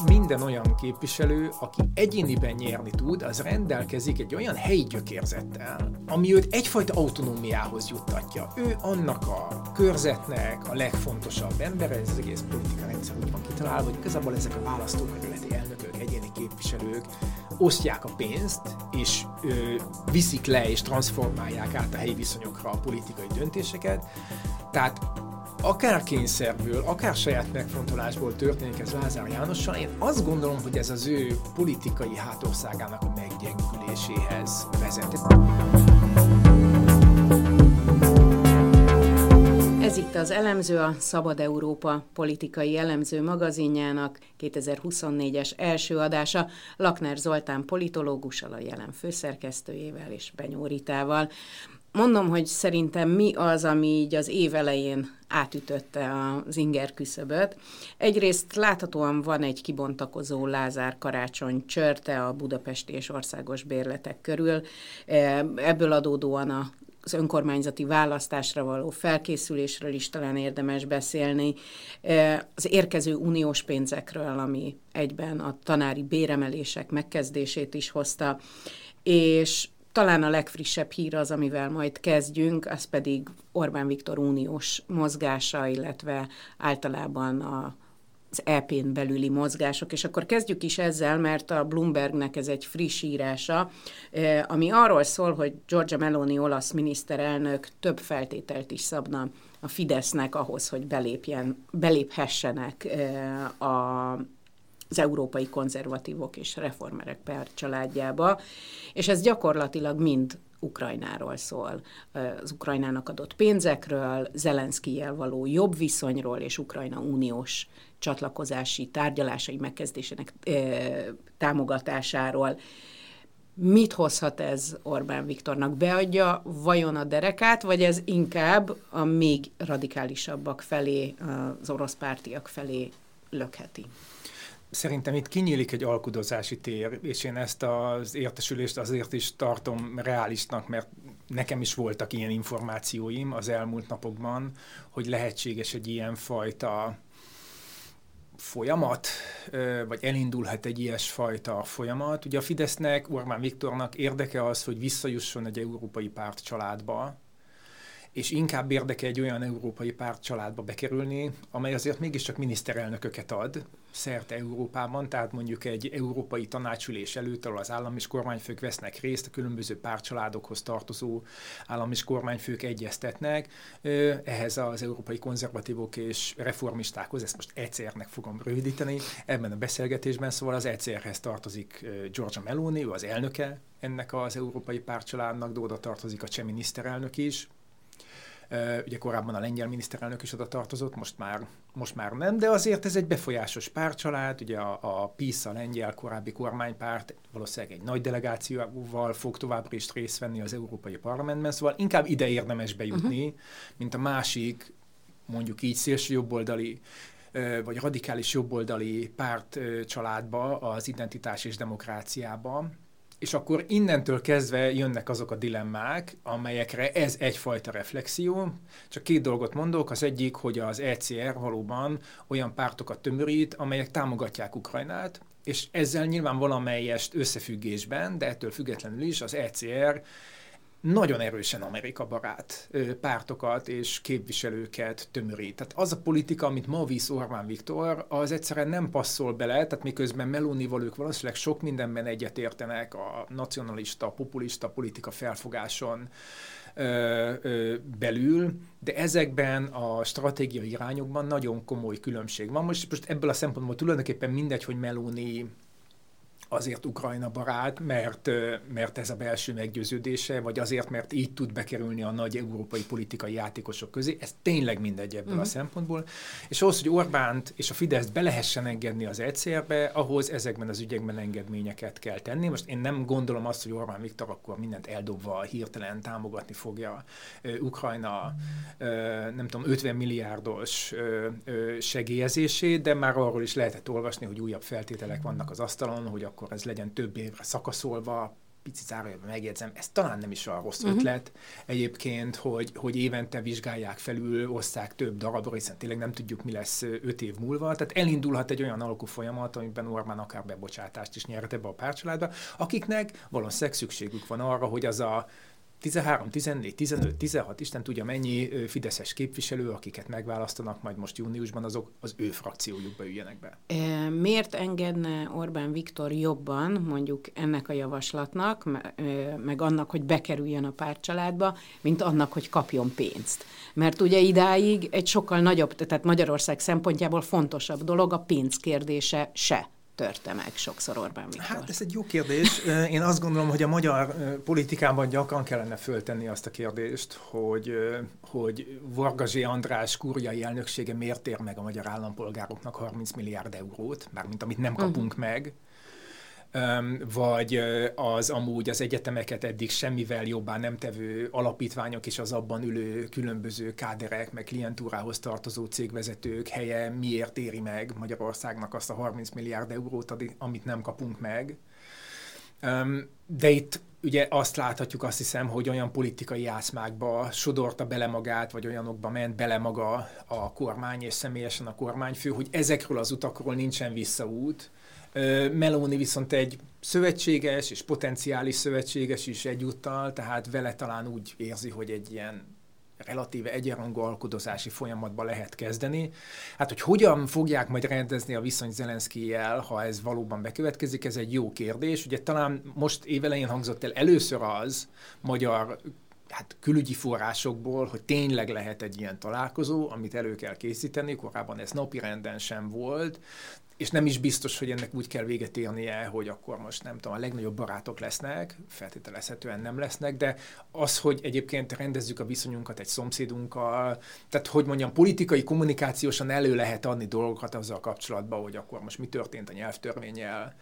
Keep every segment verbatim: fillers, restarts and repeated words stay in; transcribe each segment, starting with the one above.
minden olyan képviselő, aki egyéniben nyerni tud, az rendelkezik egy olyan helyi gyökérzettel, ami őt egyfajta autonómiához juttatja. Ő annak a körzetnek a legfontosabb embere, ez az egész politika rendszer úgy van kitalálva, hogy igazából ezek a választókerületi elnökök, egyéni képviselők osztják a pénzt, és ö, viszik le és transformálják át a helyi viszonyokra a politikai döntéseket. Tehát akár kényszerből, akár saját megfontolásból történik ez Lázár Jánossal, én azt gondolom, hogy ez az ő politikai hátországának a meggyengüléséhez vezet. Ez itt az Elemző, a Szabad Európa politikai elemző magazinjának kétezer-huszonnégyes első adása Lakner Zoltán politológussal, a Jelen főszerkesztőjével és Benyó Ritával. Mondom, hogy szerintem mi az, ami így az év elején átütötte az inger küszöböt. Egyrészt láthatóan van egy kibontakozó Lázár-karácsony csörte a budapesti és országos bérletek körül. Ebből adódóan a az önkormányzati választásra való felkészülésről is talán érdemes beszélni, az érkező uniós pénzekről, ami egyben a tanári béremelések megkezdését is hozta, és talán a legfrissebb hír az, amivel majd kezdjünk, az pedig Orbán Viktor uniós mozgása, illetve általában a az é pén belüli mozgások, és akkor kezdjük is ezzel, mert a Bloombergnek ez egy friss írása, ami arról szól, hogy Giorgia Meloni olasz miniszterelnök több feltételt is szabna a Fidesznek ahhoz, hogy belépjen, beléphessenek a az európai konzervatívok és reformerek pártcsaládjába, és ez gyakorlatilag mind Ukrajnáról szól, az Ukrajnának adott pénzekről, Zelenszkijjel való jobb viszonyról és Ukrajna uniós csatlakozási tárgyalásai megkezdésének e, támogatásáról. Mit hozhat ez Orbán Viktornak? Beadja vajon a derekát, vagy ez inkább a még radikálisabbak felé, az orosz pártiak felé lökheti? Szerintem itt kinyílik egy alkudozási tér, és én ezt az értesülést azért is tartom reálisnak, mert nekem is voltak ilyen információim az elmúlt napokban, hogy lehetséges egy ilyen fajta folyamat, vagy elindulhat egy ilyesfajta folyamat. Ugye a Fidesznek, Orbán Viktornak érdeke az, hogy visszajusson egy európai pártcsaládba, és inkább érdeke egy olyan európai pártcsaládba bekerülni, amely azért mégiscsak miniszterelnököket ad szerte Európában, tehát mondjuk egy európai tanácsülés előtt, ahol az állam és kormányfők vesznek részt, a különböző pártcsaládokhoz tartozó állam és kormányfők egyeztetnek, ehhez az európai konzervatívok és reformistákhoz, ezt most é cé er-nek fogom rövidíteni, ebben a beszélgetésben, szóval az é cé er-hez tartozik Giorgia Meloni, ő az elnöke ennek az európai pártcsaládnak, de oda tartozik a cseh miniszterelnök is. Uh, ugye korábban a lengyel miniszterelnök is oda tartozott, most már, most már nem, de azért ez egy befolyásos pártcsalád, ugye a, a PiS, a lengyel korábbi kormánypárt valószínűleg egy nagy delegációval fog továbbra is részt venni az Európai Parlamentben, szóval inkább ide érdemes bejutni, uh-huh. mint a másik, mondjuk így szélső jobboldali vagy radikális jobboldali pártcsaládba, az Identitás és Demokráciába. És akkor innentől kezdve jönnek azok a dilemmák, amelyekre ez egyfajta reflexió. Csak két dolgot mondok. Az egyik, hogy az é cé er valóban olyan pártokat tömörít, amelyek támogatják Ukrajnát, és ezzel nyilván valamelyest összefüggésben, de ettől függetlenül is az é cé er nagyon erősen Amerika barát pártokat és képviselőket tömörít. Tehát az a politika, amit ma visz Orbán Viktor, az egyszerűen nem passzol bele, tehát miközben Melonival ők valószínűleg sok mindenben egyetértenek a nacionalista, populista politika felfogáson ö, ö, belül, de ezekben a stratégiai irányokban nagyon komoly különbség van. Most, most ebből a szempontból tulajdonképpen mindegy, hogy Meloni azért Ukrajna barát, mert, mert ez a belső meggyőződése, vagy azért, mert így tud bekerülni a nagy európai politikai játékosok közé. Ez tényleg mindegy ebből uh-huh. a szempontból. És ahhoz, hogy Orbánt és a Fideszt be lehessen engedni az é cé er-be, ahhoz ezekben az ügyekben engedményeket kell tenni. Most én nem gondolom azt, hogy Orbán Viktor akkor mindent eldobva hirtelen támogatni fogja uh, Ukrajna uh, nem tudom, ötven milliárdos uh, uh, segélyezését, de már arról is lehetett olvasni, hogy újabb feltételek vannak az asztalon, hogy akkor ez legyen több évre szakaszolva, picit zárójelben megjegyzem, ez talán nem is olyan rossz uh-huh. ötlet egyébként, hogy, hogy évente vizsgálják felül, osszák több darabra, hiszen tényleg nem tudjuk, mi lesz öt év múlva. Tehát elindulhat egy olyan alkú folyamat, amiben Orbán akár bebocsátást is nyert ebbe a pártcsaládba, akiknek valószínűleg szükségük van arra, hogy az a tizenhárom, tizennégy, tizenöt, tizenhat, Isten tudja mennyi fideszes képviselő, akiket megválasztanak majd most júniusban, azok az ő frakciójukba üljenek be. E, miért engedne Orbán Viktor jobban mondjuk ennek a javaslatnak, meg annak, hogy bekerüljön a pártcsaládba, mint annak, hogy kapjon pénzt? Mert ugye idáig egy sokkal nagyobb, tehát Magyarország szempontjából fontosabb dolog a pénz kérdése se törte meg sokszor Orbán Viktor. Hát ez egy jó kérdés. Én azt gondolom, hogy a magyar politikában gyakran kellene föltenni azt a kérdést, hogy, hogy Varga Zsé András kúriai elnöksége miért ér meg a magyar állampolgároknak harminc milliárd eurót, mármint amit nem kapunk uh-huh. meg, vagy az amúgy az egyetemeket eddig semmivel jobbá nem tevő alapítványok és az abban ülő különböző káderek, meg klientúrához tartozó cégvezetők helye miért éri meg Magyarországnak azt a harminc milliárd eurót, amit nem kapunk meg. De itt ugye azt láthatjuk, azt hiszem, hogy olyan politikai játszmákba sodorta bele magát, vagy olyanokba ment bele maga a kormány, és személyesen a kormányfő, hogy ezekről az utakról nincsen visszaút. Meloni viszont egy szövetséges és potenciális szövetséges is egyúttal, tehát vele talán úgy érzi, hogy egy ilyen relatíve egyenrangú alkudozási folyamatba lehet kezdeni. Hát, hogy hogyan fogják majd rendezni a viszonyt Zelenszkijjel, ha ez valóban bekövetkezik, ez egy jó kérdés. Ugye talán most évelején hangzott el először az magyar hát külügyi forrásokból, hogy tényleg lehet egy ilyen találkozó, amit elő kell készíteni, korábban ez napirenden sem volt, és nem is biztos, hogy ennek úgy kell véget érnie, hogy akkor most nem tudom, a legnagyobb barátok lesznek, feltételezhetően nem lesznek, de az, hogy egyébként rendezzük a viszonyunkat egy szomszédunkkal, tehát hogy mondjam, politikai, kommunikációsan elő lehet adni dolgokat azzal kapcsolatban, hogy akkor most mi történt a nyelvtörvénnyel,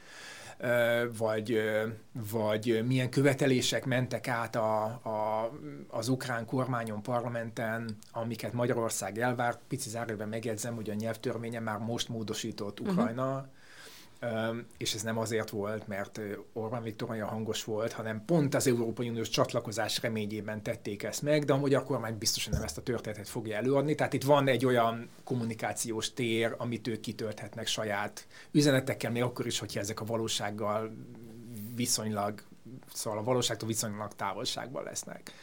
vagy, vagy milyen követelések mentek át a, a, az ukrán kormányon, parlamenten, amiket Magyarország elvárt. Pici zárójelben megjegyzem, hogy a nyelvtörvénye már most módosított Ukrajna, uh-huh. és ez nem azért volt, mert Orbán Viktor olyan hangos volt, hanem pont az Európai Uniós csatlakozás reményében tették ezt meg, de a magyar kormány biztosan nem ezt a történetet fogja előadni. Tehát itt van egy olyan kommunikációs tér, amit ők kitölthetnek saját üzenetekkel, még akkor is, hogyha ezek a valósággal viszonylag, szóval a valóságtól viszonylag távolságban lesznek.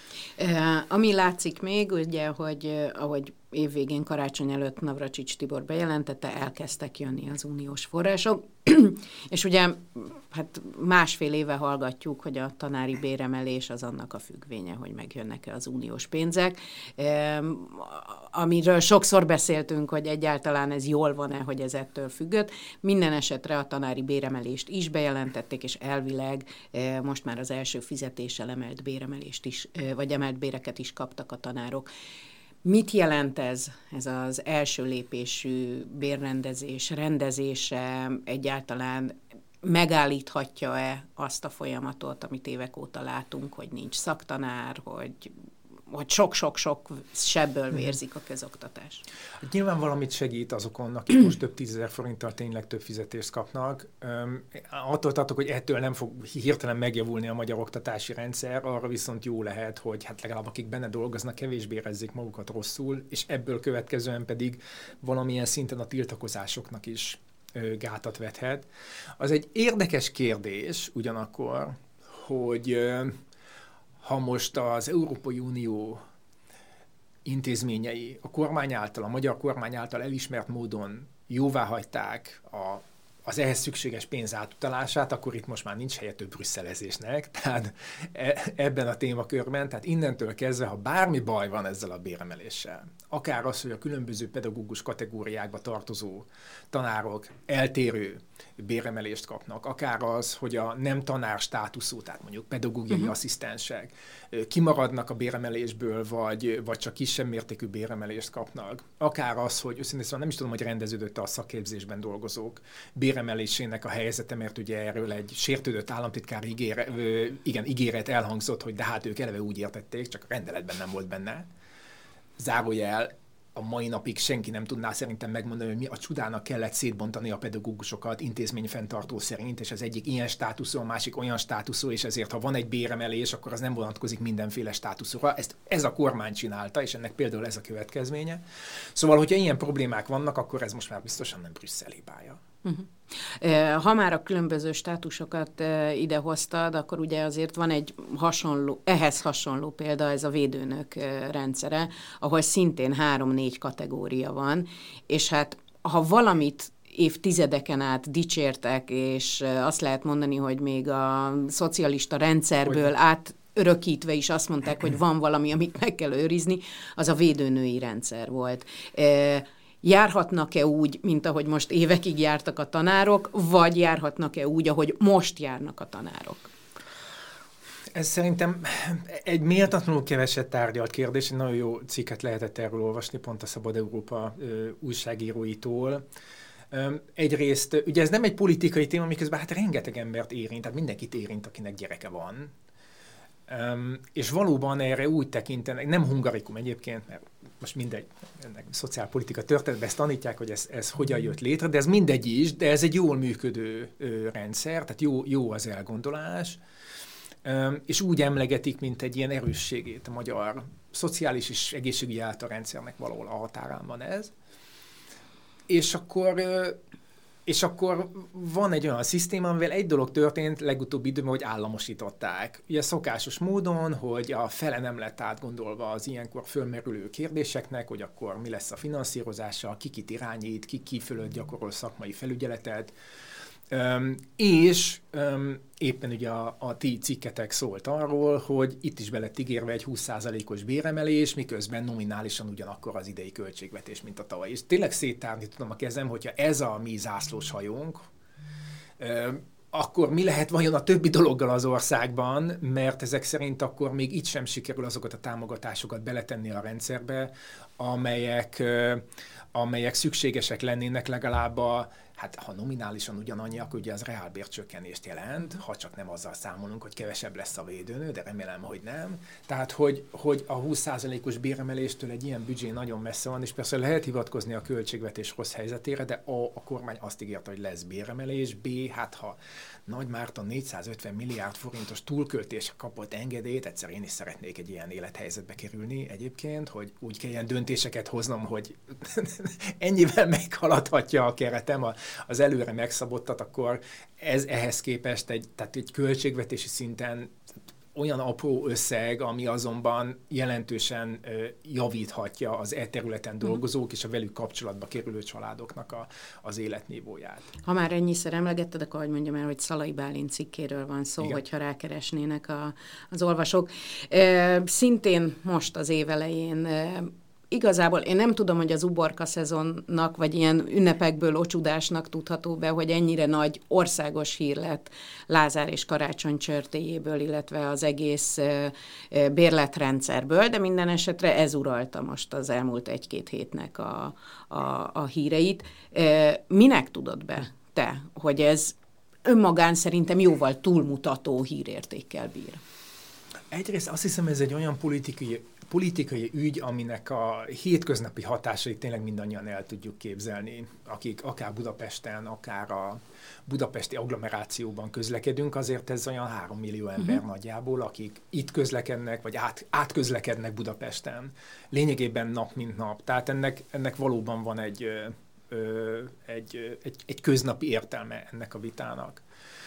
Uh, ami látszik még, ugye, hogy uh, ahogy évvégén, karácsony előtt Navracsics Tibor bejelentette, elkezdtek jönni az uniós források, és ugye hát másfél éve hallgatjuk, hogy a tanári béremelés az annak a függvénye, hogy megjönnek-e az uniós pénzek, um, amiről sokszor beszéltünk, hogy egyáltalán ez jól van-e, hogy ez ettől függött. Minden esetre a tanári béremelést is bejelentették, és elvileg uh, most már az első fizetéssel emelt béremelést is, uh, vagy emelt béreket is kaptak a tanárok. Mit jelent ez, ez az első lépésű bérrendezés, rendezése, egyáltalán megállíthatja-e azt a folyamatot, amit évek óta látunk, hogy nincs szaktanár, hogy, hogy sok-sok-sok sebből vérzik a közoktatás? Nyilván valamit segít azokon, akik most több tízezer forinttal tényleg több fizetést kapnak. Um, attól tartok, hogy ettől nem fog hirtelen megjavulni a magyar oktatási rendszer, arra viszont jó lehet, hogy hát legalább akik benne dolgoznak, kevésbé érezzék magukat rosszul, és ebből következően pedig valamilyen szinten a tiltakozásoknak is ö, gátat vethet. Az egy érdekes kérdés ugyanakkor, hogy ö, ha most az Európai Unió intézményei a kormány által, a magyar kormány által elismert módon jóváhagyták a, az ehhez szükséges pénz átutalását, akkor itt most már nincs helye több brüsszelezésnek, tehát ebben a témakörben, tehát innentől kezdve, ha bármi baj van ezzel a béremeléssel, akár az, hogy a különböző pedagógus kategóriákba tartozó tanárok eltérő béremelést kapnak, akár az, hogy a nem tanár státuszú, tehát mondjuk pedagógiai uh-huh. asszisztensek kimaradnak a béremelésből, vagy, vagy csak kisebb mértékű béremelést kapnak. Akár az, hogy őszintén szóval nem is tudom, hogy rendeződött a szakképzésben dolgozók béremelésének a helyzete, mert ugye erről egy sértődött államtitkár ígére, igen, ígéret elhangzott, hogy de hát ők eleve úgy értették, csak a rendeletben nem volt benne. Zárójel, a mai napig senki nem tudná szerintem megmondani, hogy mi a csodának kellett szétbontani a pedagógusokat intézményfenntartó szerint, és az egyik ilyen státuszú, a másik olyan státuszú, és ezért, ha van egy béremelés, akkor az nem vonatkozik mindenféle státuszra. Ezt ez a kormány csinálta, és ennek például ez a következménye. Szóval, hogyha ilyen problémák vannak, akkor ez most már biztosan nem Brüsszel hibája. Uh-huh. Ha már a különböző státusokat idehoztad, akkor ugye azért van egy hasonló, ehhez hasonló példa, ez a védőnök rendszere, ahol szintén három-négy kategória van, és hát ha valamit évtizedeken át dicsértek, és azt lehet mondani, hogy még a szocialista rendszerből hogy... át örökítve is azt mondták, hogy van valami, amit meg kell őrizni, az a védőnői rendszer volt. Járhatnak-e úgy, mint ahogy most évekig jártak a tanárok, vagy járhatnak-e úgy, ahogy most járnak a tanárok? Ez szerintem egy méltatlanul keveset tárgyalt kérdés, egy nagyon jó cikket lehetett erről olvasni, pont a Szabad Európa ö, újságíróitól. Ö, egyrészt, ugye ez nem egy politikai téma, miközben hát rengeteg embert érint, tehát mindenkit érint, akinek gyereke van. Um, és valóban erre úgy tekintenek, nem hungarikum egyébként, mert most mindegy, ennek szociálpolitika történetben ezt tanítják, hogy ez, ez hogyan jött létre, de ez mindegy is, de ez egy jól működő ö, rendszer, tehát jó, jó az elgondolás, um, és úgy emlegetik, mint egy ilyen erősségét a magyar szociális és egészségügyi általrendszernek valahol a határán van ez. És akkor... Ö, És akkor van egy olyan szisztéma, amivel egy dolog történt legutóbbi időben, hogy államosították. Ugye szokásos módon, hogy a fele nem lett átgondolva az ilyenkor fölmerülő kérdéseknek, hogy akkor mi lesz a finanszírozása, ki kit irányít, ki ki fölött gyakorol szakmai felügyeletet. Um, és um, éppen ugye a, a ti cikketek szólt arról, hogy itt is be lett ígérve egy húsz százalékos béremelés, miközben nominálisan ugyanakkor az idei költségvetés, mint a tavaly. És tényleg széttárni tudom a kezem, hogyha ez a mi zászlós hajónk, um, akkor mi lehet vajon a többi dologgal az országban, mert ezek szerint akkor még itt sem sikerül azokat a támogatásokat beletenni a rendszerbe, amelyek, uh, amelyek szükségesek lennének legalább a hát ha nominálisan ugyanannyiak, ugye az reálbércsökkenést jelent, ha csak nem azzal számolunk, hogy kevesebb lesz a védőnő, de remélem, hogy nem. Tehát, hogy, hogy a húsz százalékos béremeléstől egy ilyen büdzsé nagyon messze van, és persze lehet hivatkozni a költségvetés rossz helyzetére, de A, a kormány azt ígérte, hogy lesz béremelés, B, hát ha Nagy Márton négyszázötven milliárd forintos túlköltésre kapott engedélyt, egyszer én is szeretnék egy ilyen élethelyzetbe kerülni egyébként, hogy úgy kelljen döntéseket hoznom, hogy ennyivel meghaladhatja a keretem a az előre megszabottat, akkor ez ehhez képest egy, tehát egy költségvetési szinten olyan apró összeg, ami azonban jelentősen ö, javíthatja az e területen dolgozók és a velük kapcsolatba kerülő családoknak a, az életnívóját. Ha már ennyiszer emlegetted, akkor hogy mondjam el, hogy Szalai Bálint cikkéről van szó, igen, hogyha rákeresnének a, az olvasók. E, szintén most az év elején e, igazából én nem tudom, hogy az uborka szezonnak, vagy ilyen ünnepekből ocsudásnak tudható be, hogy ennyire nagy országos hír lett Lázár és Karácsony csörtéjéből, illetve az egész bérletrendszerből, de minden esetre ez uralta most az elmúlt egy-két hétnek a, a, a híreit. Minek tudod be te, hogy ez önmagán szerintem jóval túlmutató hírértékkel bír? Egyrészt azt hiszem, ez egy olyan politikai politikai ügy, aminek a hétköznapi hatásait tényleg mindannyian el tudjuk képzelni, akik akár Budapesten, akár a budapesti agglomerációban közlekedünk, azért ez olyan három millió ember uh-huh. nagyjából, akik itt közlekednek, vagy át, átközlekednek Budapesten. Lényegében nap mint nap. Tehát ennek, ennek valóban van egy, ö, egy, egy, egy köznapi értelme ennek a vitának.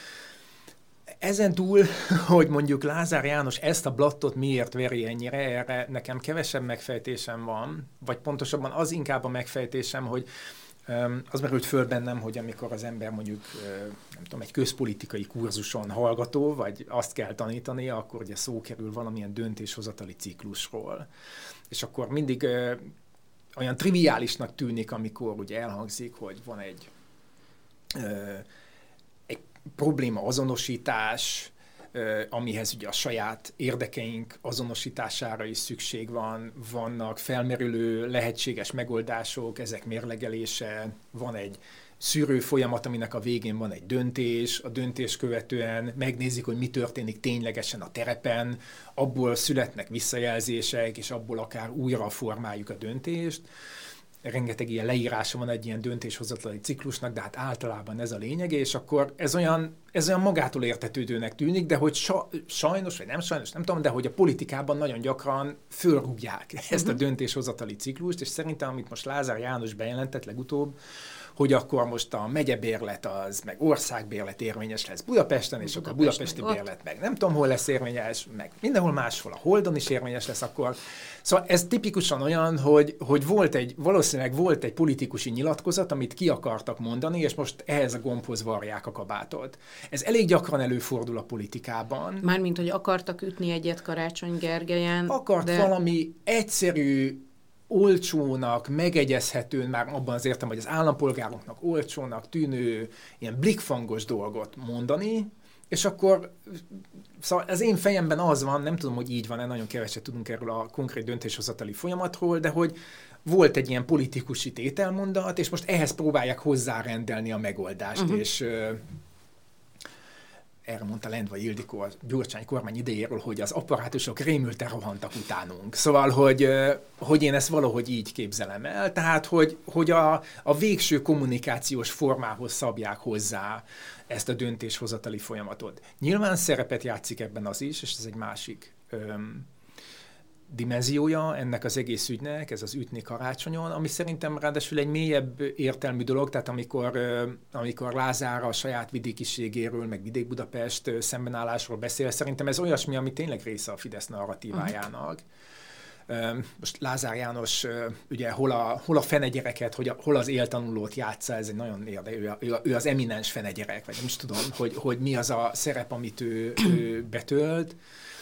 Ezen túl, hogy mondjuk Lázár János ezt a blattot miért veri ennyire, erre nekem kevesebb megfejtésem van, vagy pontosabban az inkább a megfejtésem, hogy um, az merült föl bennem, hogy amikor az ember mondjuk uh, nem tudom, egy közpolitikai kurzuson hallgató, vagy azt kell tanítani, akkor ugye szó kerül valamilyen döntéshozatali ciklusról. És akkor mindig uh, olyan triviálisnak tűnik, amikor ugye elhangzik, hogy van egy uh, probléma azonosítás, amihez ugye a saját érdekeink azonosítására is szükség van, vannak felmerülő lehetséges megoldások, ezek mérlegelése, van egy szűrő folyamat, aminek a végén van egy döntés, a döntés követően megnézik, hogy mi történik ténylegesen a terepen, abból születnek visszajelzések, és abból akár újra formáljuk a döntést. Rengeteg ilyen leírása van egy ilyen döntéshozatali ciklusnak, de hát általában ez a lényeg, és akkor ez olyan, ez olyan magától értetődőnek tűnik, de hogy sa, sajnos, vagy nem sajnos, nem tudom, de hogy a politikában nagyon gyakran fölrúgják ezt a döntéshozatali ciklust, és szerintem, amit most Lázár János bejelentett legutóbb, hogy akkor most a megyebérlet az, meg országbérlet érvényes lesz Budapesten, és Budapest, akkor a budapesti meg bérlet meg nem tudom, hol lesz érvényes, meg mindenhol máshol, a Holdon is érvényes lesz akkor. Szóval ez tipikusan olyan, hogy, hogy volt egy, valószínűleg volt egy politikusi nyilatkozat, amit ki akartak mondani, és most ehhez a gombhoz varják a kabátot. Ez elég gyakran előfordul a politikában. Mármint, hogy akartak ütni egyet Karácsony Gergelyen. Akart de... valami egyszerű, olcsónak, megegyezhetőn, már abban az értem, hogy az állampolgároknak olcsónak tűnő, ilyen blikfangos dolgot mondani, és akkor szóval az én fejemben az van, nem tudom, hogy így van-e, nagyon keveset tudunk erről a konkrét döntéshozatali folyamatról, de hogy volt egy ilyen politikusi tételmondat, és most ehhez próbálják hozzárendelni a megoldást, uh-huh. és erre mondta Lendvai Ildikó a Gyurcsány kormány idejéről, hogy az apparátusok rémülten rohantak utánunk. Szóval, hogy, hogy én ezt valahogy így képzelem el, tehát, hogy, hogy a, a végső kommunikációs formához szabják hozzá ezt a döntéshozatali folyamatot. Nyilván szerepet játszik ebben az is, és ez egy másik öm, dimenziója ennek az egész ügynek, ez az ütni karácsonyon, ami szerintem ráadásul egy mélyebb értelmű dolog, tehát amikor, amikor Lázár a saját vidékiségéről, meg Vidék-Budapest szembenállásról beszél, szerintem ez olyasmi, ami tényleg része a Fidesz narratívájának. Uh-huh. Most Lázár János ugye hol a, hol a fenegyereket, hogy a, hol az éltanulót játsza, ez egy nagyon érdekes, ő, ő az eminens fenegyerek, vagy nem is tudom, hogy, hogy mi az a szerep, amit ő, ő betölt.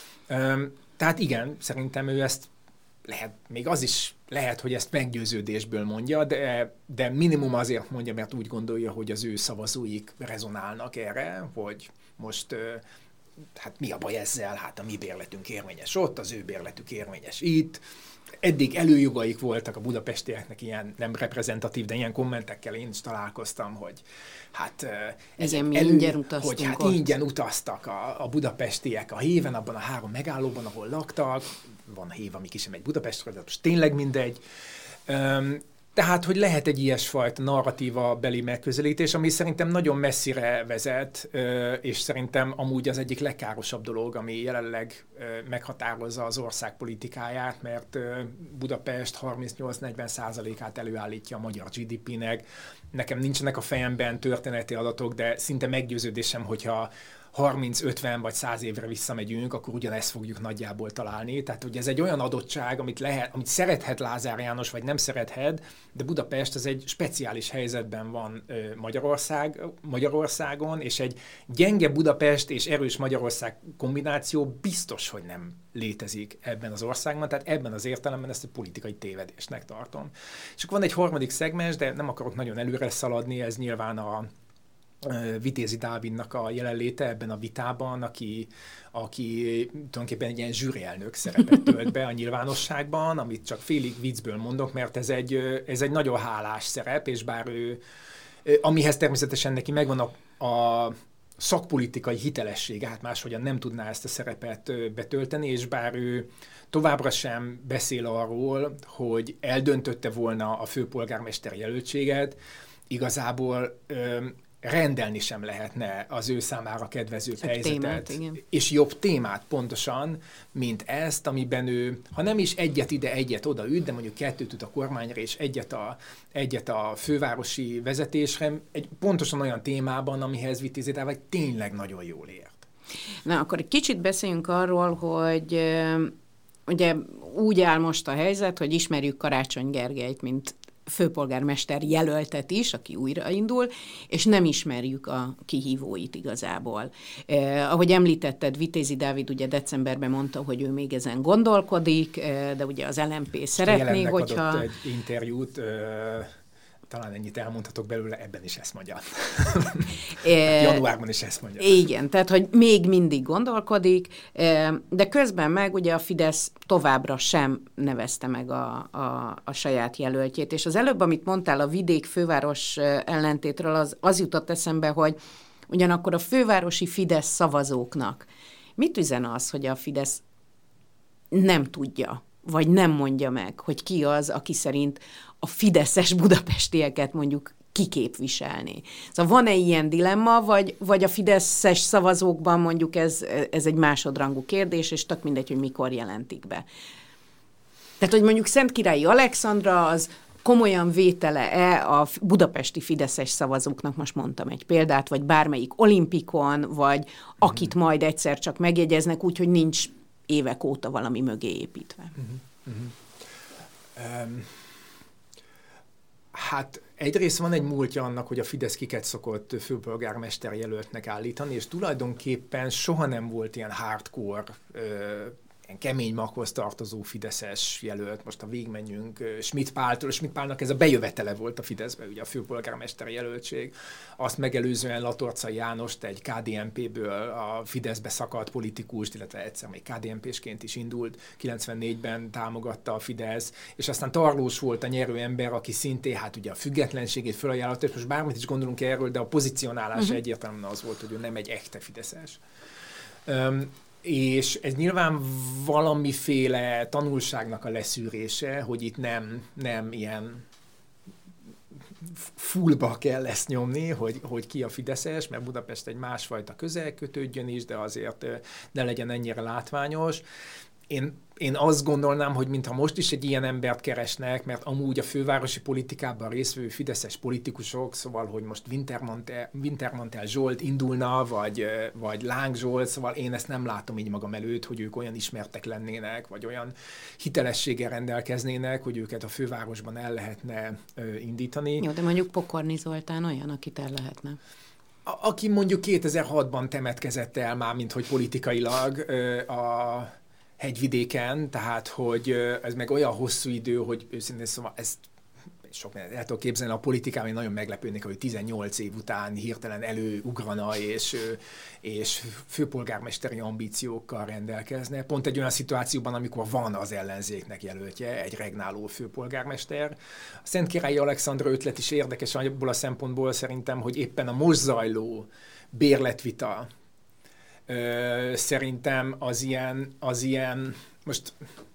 Tehát igen, szerintem ő ezt lehet, még az is lehet, hogy ezt meggyőződésből mondja, de, de minimum azért mondja, mert úgy gondolja, hogy az ő szavazóik rezonálnak erre, hogy most hát mi a baj ezzel, hát a mi bérletünk érvényes ott, az ő bérletük érvényes itt. Eddig előjogaik voltak a budapestieknek ilyen nem reprezentatív, de ilyen kommentekkel én is találkoztam, hogy hát igen, mi elő, ingyen utaztunk hogy hát ott. ingyen utaztak a, a budapestiek a héven, abban a három megállóban, ahol laktak. Van hév, ami ki sem megy Budapestről, de most tényleg mindegy. Um, Tehát, hogy lehet egy ilyesfajta narratíva beli megközelítés, ami szerintem nagyon messzire vezet, és szerintem amúgy az egyik legkárosabb dolog, ami jelenleg meghatározza az ország politikáját, mert Budapest harmincnyolc-negyven százalékát előállítja a magyar gé dé pének. Nekem nincsenek a fejemben történeti adatok, de szinte meggyőződésem, hogyha harminc, ötven vagy száz évre visszamegyünk, akkor ugyanezt fogjuk nagyjából találni. Tehát, hogy ez egy olyan adottság, amit, lehet, amit szerethet Lázár János, vagy nem szerethet, de Budapest az egy speciális helyzetben van Magyarország, Magyarországon, és egy gyenge Budapest és erős Magyarország kombináció biztos, hogy nem létezik ebben az országban, tehát ebben az értelemben ezt a politikai tévedésnek tartom. És akkor van egy harmadik szegmens, de nem akarok nagyon előre szaladni, ez nyilván a Vitézi Dávidnak a jelenléte ebben a vitában, aki, aki tulajdonképpen egy ilyen zsűrielnök szerepet tölt be a nyilvánosságban, amit csak félig viccből mondok, mert ez egy, ez egy nagyon hálás szerep, és bár ő, amihez természetesen neki megvan a, a szakpolitikai hitelessége, hát máshogyan nem tudná ezt a szerepet betölteni, és bár ő továbbra sem beszél arról, hogy eldöntötte volna a főpolgármester jelöltséget, igazából rendelni sem lehetne az ő számára kedvezőbb Szebb helyzetet, témát, és jobb témát pontosan, mint ezt, amiben ő, ha nem is egyet ide, egyet oda üt, de mondjuk kettőt üt a kormányra, és egyet a, egyet a fővárosi vezetésre, egy pontosan olyan témában, amihez Vitézi Dávid tényleg nagyon jól ért. Na, akkor egy kicsit beszéljünk arról, hogy ugye úgy áll most a helyzet, hogy ismerjük Karácsony Gergelyt, mint főpolgármester jelöltet is, aki újraindul, és nem ismerjük a kihívóit igazából. Eh, ahogy említetted, Vitézi Dávid ugye decemberben mondta, hogy ő még ezen gondolkodik, eh, de ugye az el em pé szeretné, hogyha... adott egy interjút, eh, talán ennyit elmondhatok belőle, ebben is ezt mondja. É, januárban is ezt mondja. Igen, tehát, hogy még mindig gondolkodik, de közben meg ugye a Fidesz továbbra sem nevezte meg a, a, a saját jelöltjét. És az előbb, amit mondtál a vidék-főváros ellentétről, az, az jutott eszembe, hogy ugyanakkor a fővárosi Fidesz szavazóknak mit üzen az, hogy a Fidesz nem tudja, vagy nem mondja meg, hogy ki az, aki szerint a fideszes budapestieket mondjuk kiképviselni. Szóval van-e ilyen dilemma, vagy, vagy a fideszes szavazókban mondjuk ez, ez egy másodrangú kérdés, és tök mindegy, hogy mikor jelentik be. Tehát, hogy mondjuk Szentkirályi Alexandra az komolyan vétele-e a budapesti fideszes szavazóknak, most mondtam egy példát, vagy bármelyik olimpikon, vagy akit majd egyszer csak megjegyeznek, úgyhogy nincs évek óta valami mögé építve. Uh-huh. Uh-huh. Um, hát egyrészt van egy múltja annak, hogy a Fidesz kiket szokott főpolgármester jelöltnek állítani, és tulajdonképpen soha nem volt ilyen hardcore, uh, kemény maghoz tartozó fideszes jelölt, most ha végigmenjünk Schmidt Páltól, Schmidt Pálnak ez a bejövetele volt a Fideszbe, ugye a főpolgármester jelöltség, azt megelőzően Latorcai Jánost egy ká dé en pé-ből a Fideszbe szakadt politikust, illetve egyszer még ká dé en pé-sként is indult, kilencvennégyben támogatta a Fidesz, és aztán Tarlós volt a nyerő ember, aki szintén hát ugye a függetlenségét felajánlotta, és most bármit is gondolunk erről, de a pozicionálása uh-huh. egyértelműen az volt, hogy ő nem egy echte fideszes. Um, És ez nyilván valamiféle tanulságnak a leszűrése, hogy itt nem, nem ilyen fullba kell ezt nyomni, hogy, hogy ki a fideszes, mert Budapest egy másfajta közel kötődjön is, de azért ne legyen ennyire látványos. Én, én azt gondolnám, hogy mintha most is egy ilyen embert keresnek, mert amúgy a fővárosi politikában résztvevő fideszes politikusok, szóval, hogy most Wintermantel, Wintermantel Zsolt indulna, vagy, vagy Láng Zsolt, szóval én ezt nem látom így magam előtt, hogy ők olyan ismertek lennének, vagy olyan hitelességgel rendelkeznének, hogy őket a fővárosban el lehetne ö, indítani. Jó, de mondjuk Pokorni Zoltán olyan, akit el lehetne. A, aki mondjuk kétezer-hatban temetkezett el már, mint hogy politikailag ö, a hegyvidéken, tehát, hogy ez meg olyan hosszú idő, hogy őszintén szóval ezt sok mindent el tudok képzelni, a politikában én nagyon meglepődnék, hogy tizennyolc év után hirtelen előugrana, és, és főpolgármesteri ambíciókkal rendelkezne. Pont egy olyan szituációban, amikor van az ellenzéknek jelöltje, egy regnáló főpolgármester. A Szentkirályi Alexandra ötlet is érdekes abból a szempontból szerintem, hogy éppen a most zajló bérletvita Ö, szerintem az ilyen, az ilyen, most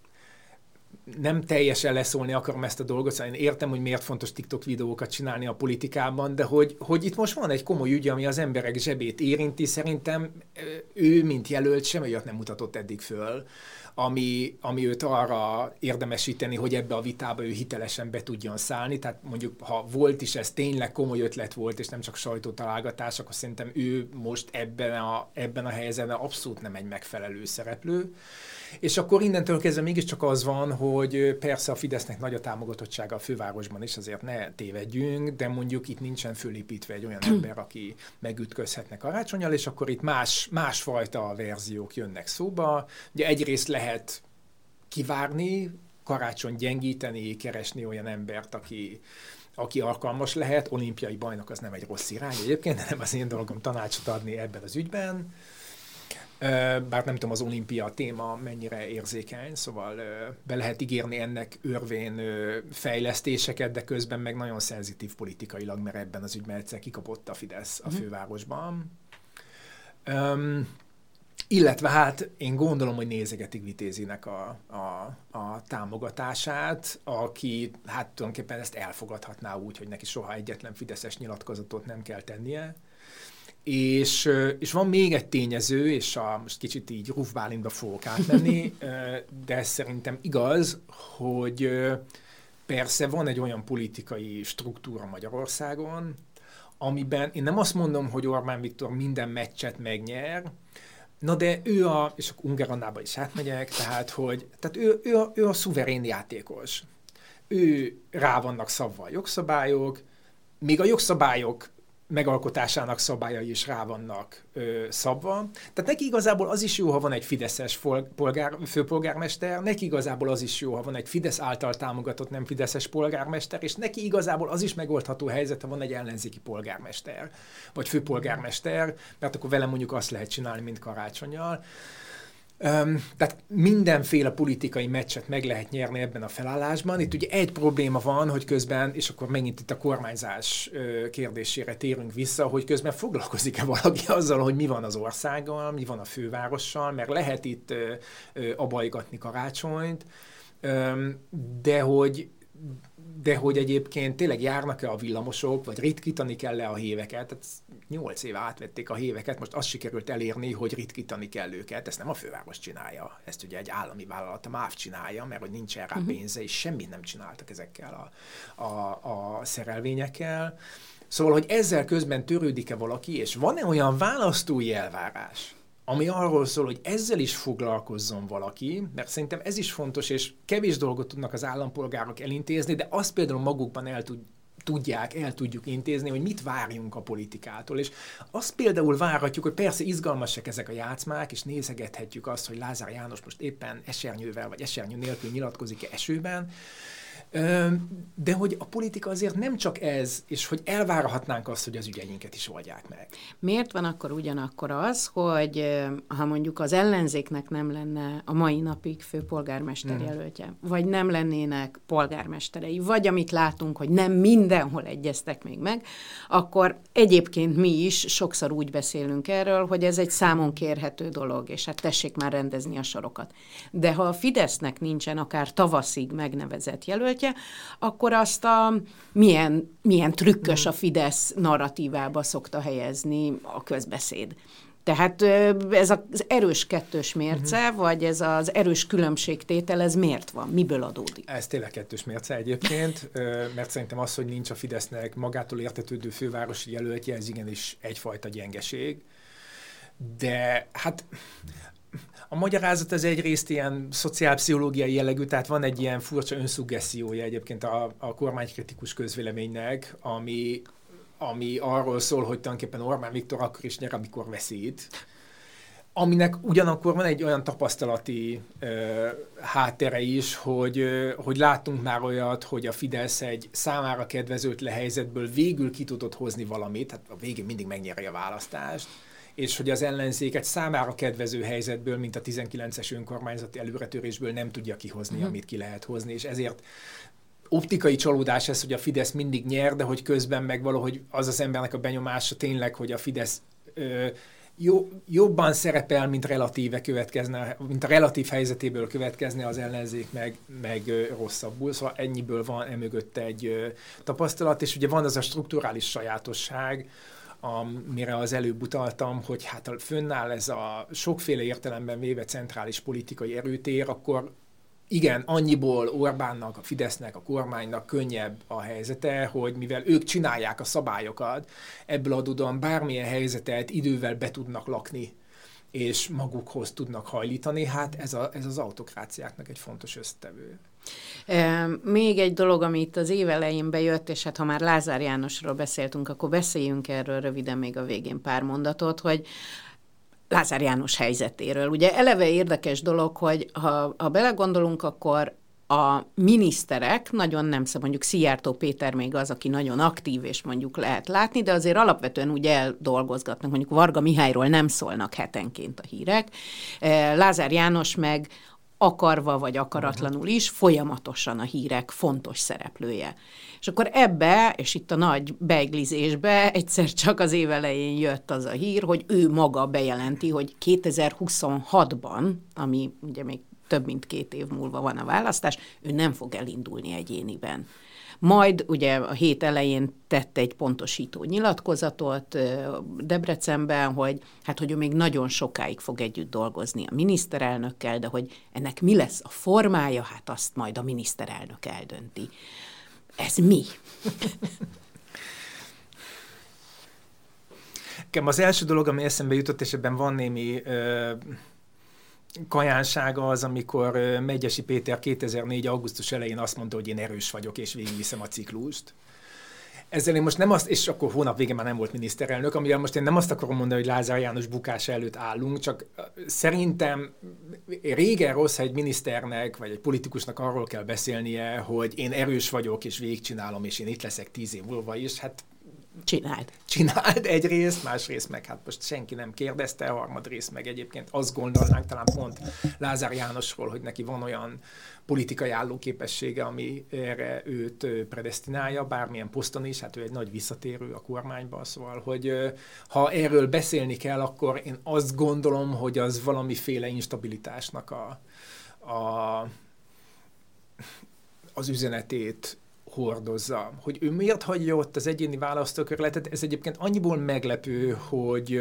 nem teljesen leszólni akarom ezt a dolgot, szóval én értem, hogy miért fontos TikTok videókat csinálni a politikában, de hogy, hogy itt most van egy komoly ügy, ami az emberek zsebét érinti, szerintem ő, mint jelölt, semmi olyat nem mutatott eddig föl, ami, ami őt arra érdemesíteni, hogy ebbe a vitába ő hitelesen be tudjon szállni. Tehát mondjuk, ha volt is, ez tényleg komoly ötlet volt, és nem csak sajtótalálgatás, akkor szerintem ő most ebben a, ebben a helyzetben abszolút nem egy megfelelő szereplő. És akkor innentől kezdve mégiscsak az van, hogy persze a Fidesznek nagy a támogatottsága a fővárosban is, azért ne tévedjünk, de mondjuk itt nincsen fölépítve egy olyan ember, aki megütközhetne Karácsonnyal, és akkor itt más, másfajta verziók jönnek szóba. Ugye egyrészt lehet kivárni, Karácsony gyengíteni, keresni olyan embert, aki, aki alkalmas lehet. Olimpiai bajnok az nem egy rossz irány egyébként, de nem az én dolgom tanácsot adni ebben az ügyben. Bár nem tudom, az olimpia téma mennyire érzékeny, szóval be lehet ígérni ennek örvén fejlesztéseket, de közben meg nagyon szenzitív politikailag, mert ebben az ügyben egyszer kikapott a Fidesz a fővárosban. Um, illetve hát én gondolom, hogy nézegetik Vitézinek a, a, a támogatását, aki hát tulajdonképpen ezt elfogadhatná úgy, hogy neki soha egyetlen fideszes nyilatkozatot nem kell tennie. És, és van még egy tényező, és a, most kicsit így Ruf Bálintba fogok átmenni, de szerintem igaz, hogy persze van egy olyan politikai struktúra Magyarországon, amiben én nem azt mondom, hogy Orbán Viktor minden meccset megnyer, na de ő a, és akkor Ungaronnába is átmegyek, tehát, hogy tehát ő, ő, a, ő a szuverén játékos. Ő rá vannak szabva a jogszabályok, még a jogszabályok megalkotásának szabályai is rá vannak ö, szabva. Tehát neki igazából az is jó, ha van egy fideszes polgár, főpolgármester, neki igazából az is jó, ha van egy Fidesz által támogatott nem fideszes polgármester, és neki igazából az is megoldható helyzet, ha van egy ellenzéki polgármester, vagy főpolgármester, mert akkor vele mondjuk azt lehet csinálni, mint Karácsonnyal. Um, tehát mindenféle politikai meccset meg lehet nyerni ebben a felállásban. Itt ugye egy probléma van, hogy közben, és akkor megint itt a kormányzás uh, kérdésére térünk vissza, hogy közben foglalkozik-e valaki azzal, hogy mi van az országgal, mi van a fővárossal, mert lehet itt uh, uh, abajgatni Karácsonyt, um, de hogy de hogy egyébként tényleg járnak-e a villamosok, vagy ritkítani kell-e a héveket. Tehát nyolc éve átvették a héveket, most azt sikerült elérni, hogy ritkítani kell őket. Ezt nem a főváros csinálja, ezt ugye egy állami vállalat, a MÁV csinálja, mert hogy nincsen rá pénze, és semmit nem csináltak ezekkel a, a, a szerelvényekkel. Szóval, hogy ezzel közben törődik-e valaki, és van-e olyan választói elvárás, ami arról szól, hogy ezzel is foglalkozzon valaki, mert szerintem ez is fontos, és kevés dolgot tudnak az állampolgárok elintézni, de azt például magukban el tud, tudják, el tudjuk intézni, hogy mit várjunk a politikától. És azt például várhatjuk, hogy persze izgalmasak ezek a játszmák, és nézegethetjük azt, hogy Lázár János most éppen esernyővel, vagy esernyő nélkül nyilatkozik-e esőben, de hogy a politika azért nem csak ez, és hogy elvárhatnánk azt, hogy az ügyeinket is oldják meg. Miért van akkor ugyanakkor az, hogy ha mondjuk az ellenzéknek nem lenne a mai napig főpolgármester jelöltje, mm. vagy nem lennének polgármesterei, vagy amit látunk, hogy nem mindenhol egyeztek még meg, akkor egyébként mi is sokszor úgy beszélünk erről, hogy ez egy számon kérhető dolog, és hát tessék már rendezni a sorokat. De ha a Fidesznek nincsen akár tavaszig megnevezett jelöltje, akkor azt a milyen, milyen trükkös a Fidesz narratívába szokta helyezni a közbeszéd. Tehát ez az erős kettős mérce, uh-huh. vagy ez az erős különbségtétel, ez miért van? Miből adódik? Ez tényleg kettős mérce egyébként, mert szerintem az, hogy nincs a Fidesznek magától értetődő fővárosi jelöltje, ez igenis egyfajta gyengeség. De hát a magyarázat az egyrészt ilyen szociálpszichológiai jellegű, tehát van egy ilyen furcsa önszuggessziója egyébként a, a kormánykritikus közvéleménynek, ami, ami arról szól, hogy tulajdonképpen Orbán Viktor akkor is nyer, amikor veszít. Aminek ugyanakkor van egy olyan tapasztalati ö, háttere is, hogy, ö, hogy láttunk már olyat, hogy a Fidesz egy számára kedvezőtlen helyzetből végül ki tudott hozni valamit, hát a végén mindig megnyeri a választást, és hogy az ellenzék egy számára kedvező helyzetből, mint a tizenkilences önkormányzati előretörésből nem tudja kihozni, uh-huh. amit ki lehet hozni, és ezért optikai csalódás ez, hogy a Fidesz mindig nyer, de hogy közben meg valahogy az az embernek a benyomása tényleg, hogy a Fidesz ö, jó, jobban szerepel, mint relatíve következne, mint a relatív helyzetéből következne, az ellenzék meg, meg ö, rosszabbul. Szóval ennyiből van emögött egy ö, tapasztalat, és ugye van az a strukturális sajátosság, amire az előbb utaltam, hogy hát ha fönnáll ez a sokféle értelemben véve centrális politikai erőtér, akkor igen, annyiból Orbánnak, a Fidesznek, a kormánynak könnyebb a helyzete, hogy mivel ők csinálják a szabályokat, ebből adódóan bármilyen helyzetet idővel be tudnak lakni, és magukhoz tudnak hajlítani, hát ez, a, ez az autokráciáknak egy fontos összetevő. E, még egy dolog, ami itt az év elején bejött, és hát ha már Lázár Jánosról beszéltünk, akkor beszéljünk erről röviden még a végén pár mondatot, hogy Lázár János helyzetéről. Ugye eleve érdekes dolog, hogy ha, ha belegondolunk, akkor a miniszterek, nagyon nem szab, mondjuk Szijjártó Péter még az, aki nagyon aktív, és mondjuk lehet látni, de azért alapvetően úgy eldolgozgatnak, mondjuk Varga Mihályról nem szólnak hetenként a hírek. Lázár János meg akarva vagy akaratlanul is folyamatosan a hírek fontos szereplője. És akkor ebbe, és itt a nagy beiglizésbe egyszer csak az év elején jött az a hír, hogy ő maga bejelenti, hogy kétezer-huszonhatban, ami ugye még több mint két év múlva van a választás, ő nem fog elindulni egyéniben. Majd ugye a hét elején tett egy pontosító nyilatkozatot Debrecenben, hogy hát, hogy ő még nagyon sokáig fog együtt dolgozni a miniszterelnökkel, de hogy ennek mi lesz a formája, hát azt majd a miniszterelnök eldönti. Ez mi? Az első dolog, ami eszembe jutott, és ebben van némi ö, kajánsága az, amikor Medgyessy Péter kétezer-négy. augusztus elején azt mondta, hogy én erős vagyok, és végigviszem a ciklust. Ezzel én most nem azt, és akkor hónap végén már nem volt miniszterelnök, amivel most én nem azt akarom mondani, hogy Lázár János bukása előtt állunk, csak szerintem régen rossz, ha egy miniszternek, vagy egy politikusnak arról kell beszélnie, hogy én erős vagyok, és végigcsinálom, és én itt leszek tíz év múlva is, hát Csináld. Csináld egyrészt, másrészt meg hát most senki nem kérdezte, harmadrészt meg egyébként azt gondolnánk talán pont Lázár Jánosról, hogy neki van olyan politikai állóképessége, ami erre őt predesztinálja, bármilyen poszton is, hát ő egy nagy visszatérő a kormányban, szóval, hogy ha erről beszélni kell, akkor én azt gondolom, hogy az valamiféle instabilitásnak a, a, az üzenetét hordozza. Hogy ő miért hagyja ott az egyéni választókerületet, ez egyébként annyiból meglepő, hogy,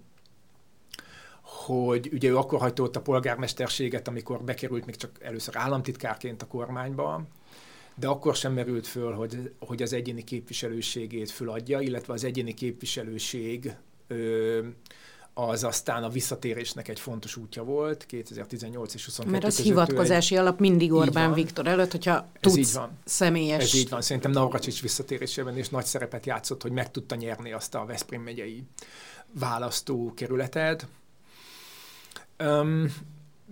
hogy ugye ő akkor hagyta ott a polgármesterséget, amikor bekerült még csak először államtitkárként a kormányba, de akkor sem merült föl, hogy, hogy az egyéni képviselőségét föladja, illetve az egyéni képviselőség ö, az aztán a visszatérésnek egy fontos útja volt, kétezer-tizennyolc és huszonkettő Mert az hivatkozási egy... alap mindig Orbán Viktor előtt, hogyha tudsz személyes... Ez így van. Szerintem Navracsics visszatérésében is nagy szerepet játszott, hogy meg tudta nyerni azt a Veszprém megyei választókerületet. Um,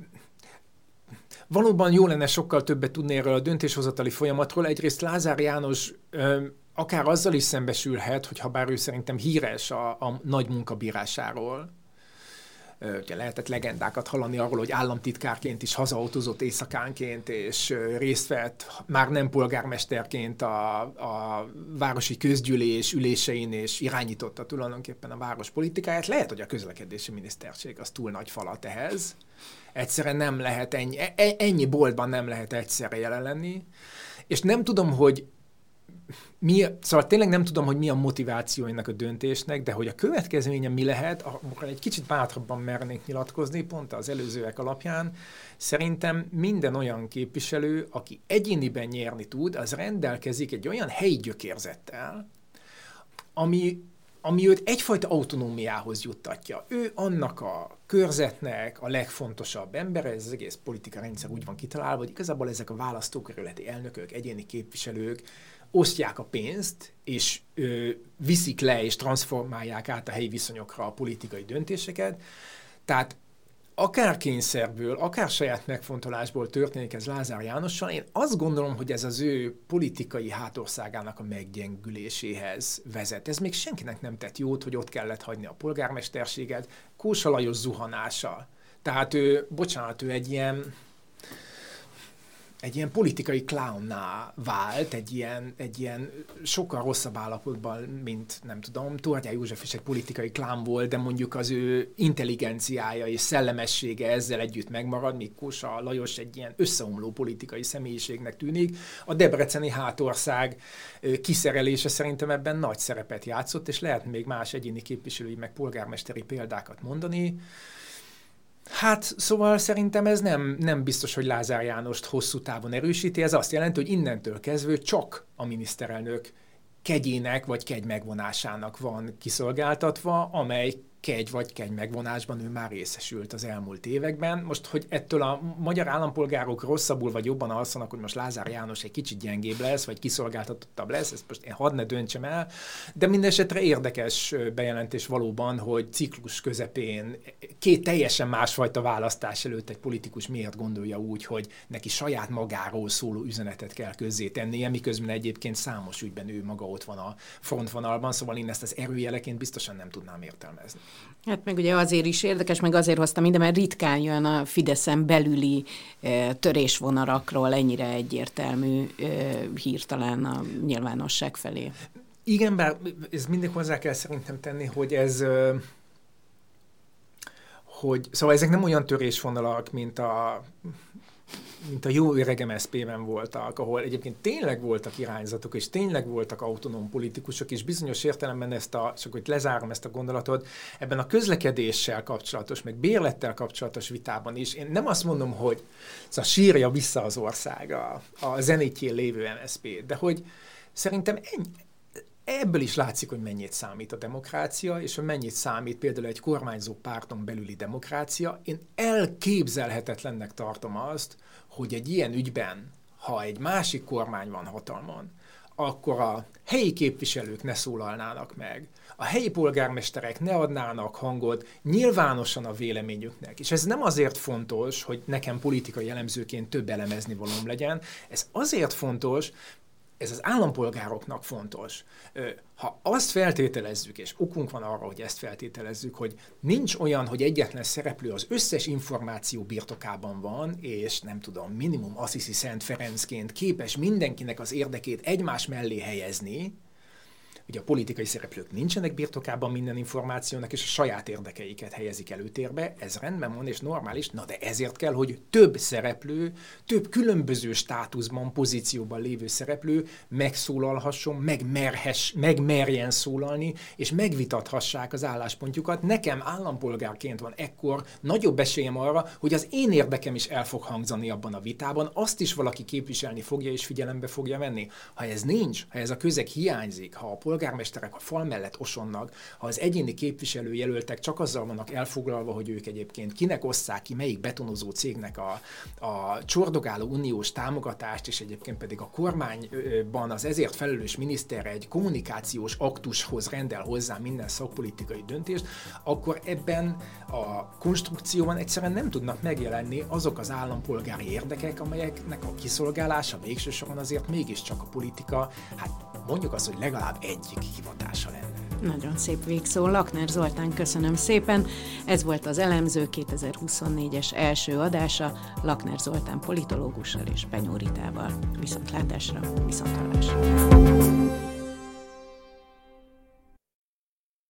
valóban jó lenne sokkal többet tudni erről a döntéshozatali folyamatról. Egyrészt Lázár János um, akár azzal is szembesülhet, hogy ha bár ő szerintem híres a, a nagy munkabírásáról, ugye lehetett legendákat hallani arról, hogy államtitkárként is hazaautózott éjszakánként, és részt vett már nem polgármesterként a, a városi közgyűlés ülésein, és irányította tulajdonképpen a város politikáját. Lehet, hogy a közlekedési miniszterség az túl nagy falat ehhez. Egyszerűen nem lehet ennyi, ennyi boltban nem lehet egyszerre jelen lenni. És nem tudom, hogy Mi, szóval tényleg nem tudom, hogy mi a motiváció ennek a döntésnek, de hogy a következménye mi lehet, akkor egy kicsit bátrabban mernék nyilatkozni, pont az előzőek alapján. Szerintem minden olyan képviselő, aki egyéniben nyerni tud, az rendelkezik egy olyan helyi gyökérzettel, ami, ami őt egyfajta autonómiához juttatja. Ő annak a körzetnek a legfontosabb embere, ez az egész politika rendszer úgy van kitalálva, hogy igazából ezek a választókerületi elnökök, egyéni képviselők osztják a pénzt, és ö, viszik le, és transformálják át a helyi viszonyokra a politikai döntéseket. Tehát akár kényszerből, akár saját megfontolásból történik ez Lázár Jánossal, én azt gondolom, hogy ez az ő politikai hátországának a meggyengüléséhez vezet. Ez még senkinek nem tett jót, hogy ott kellett hagyni a polgármesterséget. Kósa Lajos zuhanása. Tehát ő, bocsánat, ő egy ilyen... egy ilyen politikai clownná vált, egy ilyen, egy ilyen sokkal rosszabb állapotban, mint nem tudom, Tordján József is egy politikai clown volt, de mondjuk az ő intelligenciája és szellemessége ezzel együtt megmarad, míg Kósa Lajos egy ilyen összeomló politikai személyiségnek tűnik. A debreceni hátország kiszerelése szerintem ebben nagy szerepet játszott, és lehet még más egyéni képviselői meg polgármesteri példákat mondani. Hát, szóval szerintem ez nem, nem biztos, hogy Lázár Jánost hosszú távon erősíti. Ez azt jelenti, hogy innentől kezdve csak a miniszterelnök kegyének vagy kegy megvonásának van kiszolgáltatva, amely kegy vagy kegy megvonásban ő már részesült az elmúlt években. Most, hogy ettől a magyar állampolgárok rosszabbul vagy jobban alszanak, hogy most Lázár János egy kicsit gyengébb lesz, vagy kiszolgáltatottabb lesz, ezt most én hadd ne döntsem el, de mindesetre érdekes bejelentés valóban, hogy ciklus közepén két teljesen másfajta választás előtt egy politikus miért gondolja úgy, hogy neki saját magáról szóló üzenetet kell közzétennie, miközben egyébként számos ügyben ő maga ott van a frontvonalban, szóval én ezt az erőjeleként biztosan nem tudnám értelmezni. Hát meg ugye azért is érdekes, meg azért hoztam ide, mert ritkán jön a Fideszen belüli e, törésvonarakról ennyire egyértelmű e, hír talán a nyilvánosság felé. Igen, bár ez mindig hozzá kell szerintem tenni, hogy ez... hogy, szóval ezek nem olyan törésvonalak, mint a... mint a jó öreg em es zé pé-ben voltak, ahol egyébként tényleg voltak irányzatok, és tényleg voltak autonóm politikusok, és bizonyos értelemben ezt a, csak hogy lezárom ezt a gondolatot, ebben a közlekedéssel kapcsolatos, meg bérlettel kapcsolatos vitában is, én nem azt mondom, hogy szóval sírja vissza az ország a, a zenitjén lévő em es zé pé, de hogy szerintem ennyi, ebből is látszik, hogy mennyit számít a demokrácia, és hogy mennyit számít például egy kormányzó párton belüli demokrácia. Én elképzelhetetlennek tartom azt, hogy egy ilyen ügyben, ha egy másik kormány van hatalmon, akkor a helyi képviselők ne szólalnának meg, a helyi polgármesterek ne adnának hangot nyilvánosan a véleményüknek. És ez nem azért fontos, hogy nekem politikai elemzőként több elemezni valóm legyen, ez azért fontos, ez az állampolgároknak fontos. Ha azt feltételezzük, és okunk van arra, hogy ezt feltételezzük, hogy nincs olyan, hogy egyetlen szereplő az összes információ birtokában van, és nem tudom, minimum Assisi Szent Ferencként képes mindenkinek az érdekét egymás mellé helyezni, ugye a politikai szereplők nincsenek birtokában minden információnak, és a saját érdekeiket helyezik előtérbe, ez rendben van és normális, na de ezért kell, hogy több szereplő, több különböző státuszban, pozícióban lévő szereplő megszólalhasson, megmerhess, megmerjen szólalni, és megvitathassák az álláspontjukat. Nekem állampolgárként van ekkor nagyobb esélyem arra, hogy az én érdekem is el fog hangzani abban a vitában, azt is valaki képviselni fogja és figyelembe fogja venni. Ha ez nincs, ha ez a közeg hiányzik, ha a polgármesterek a fal mellett osonnak, ha az egyéni képviselőjelöltek csak azzal vannak elfoglalva, hogy ők egyébként kinek osszák ki, melyik betonozó cégnek a, a csordogáló uniós támogatást, és egyébként pedig a kormányban az ezért felelős miniszter egy kommunikációs aktushoz rendel hozzá minden szakpolitikai döntést, akkor ebben a konstrukcióban egyszerűen nem tudnak megjelenni azok az állampolgári érdekek, amelyeknek a kiszolgálása végső soron azért mégiscsak a politika, hát mondjuk azt, hogy legalább egyik hivatása lenne. Nagyon szép végszó. Lakner Zoltán, köszönöm szépen. Ez volt az Elemző kétezer-huszonnégyes első adása Lakner Zoltán politológussal és Benyó Ritával. Viszontlátásra, viszonthallásra.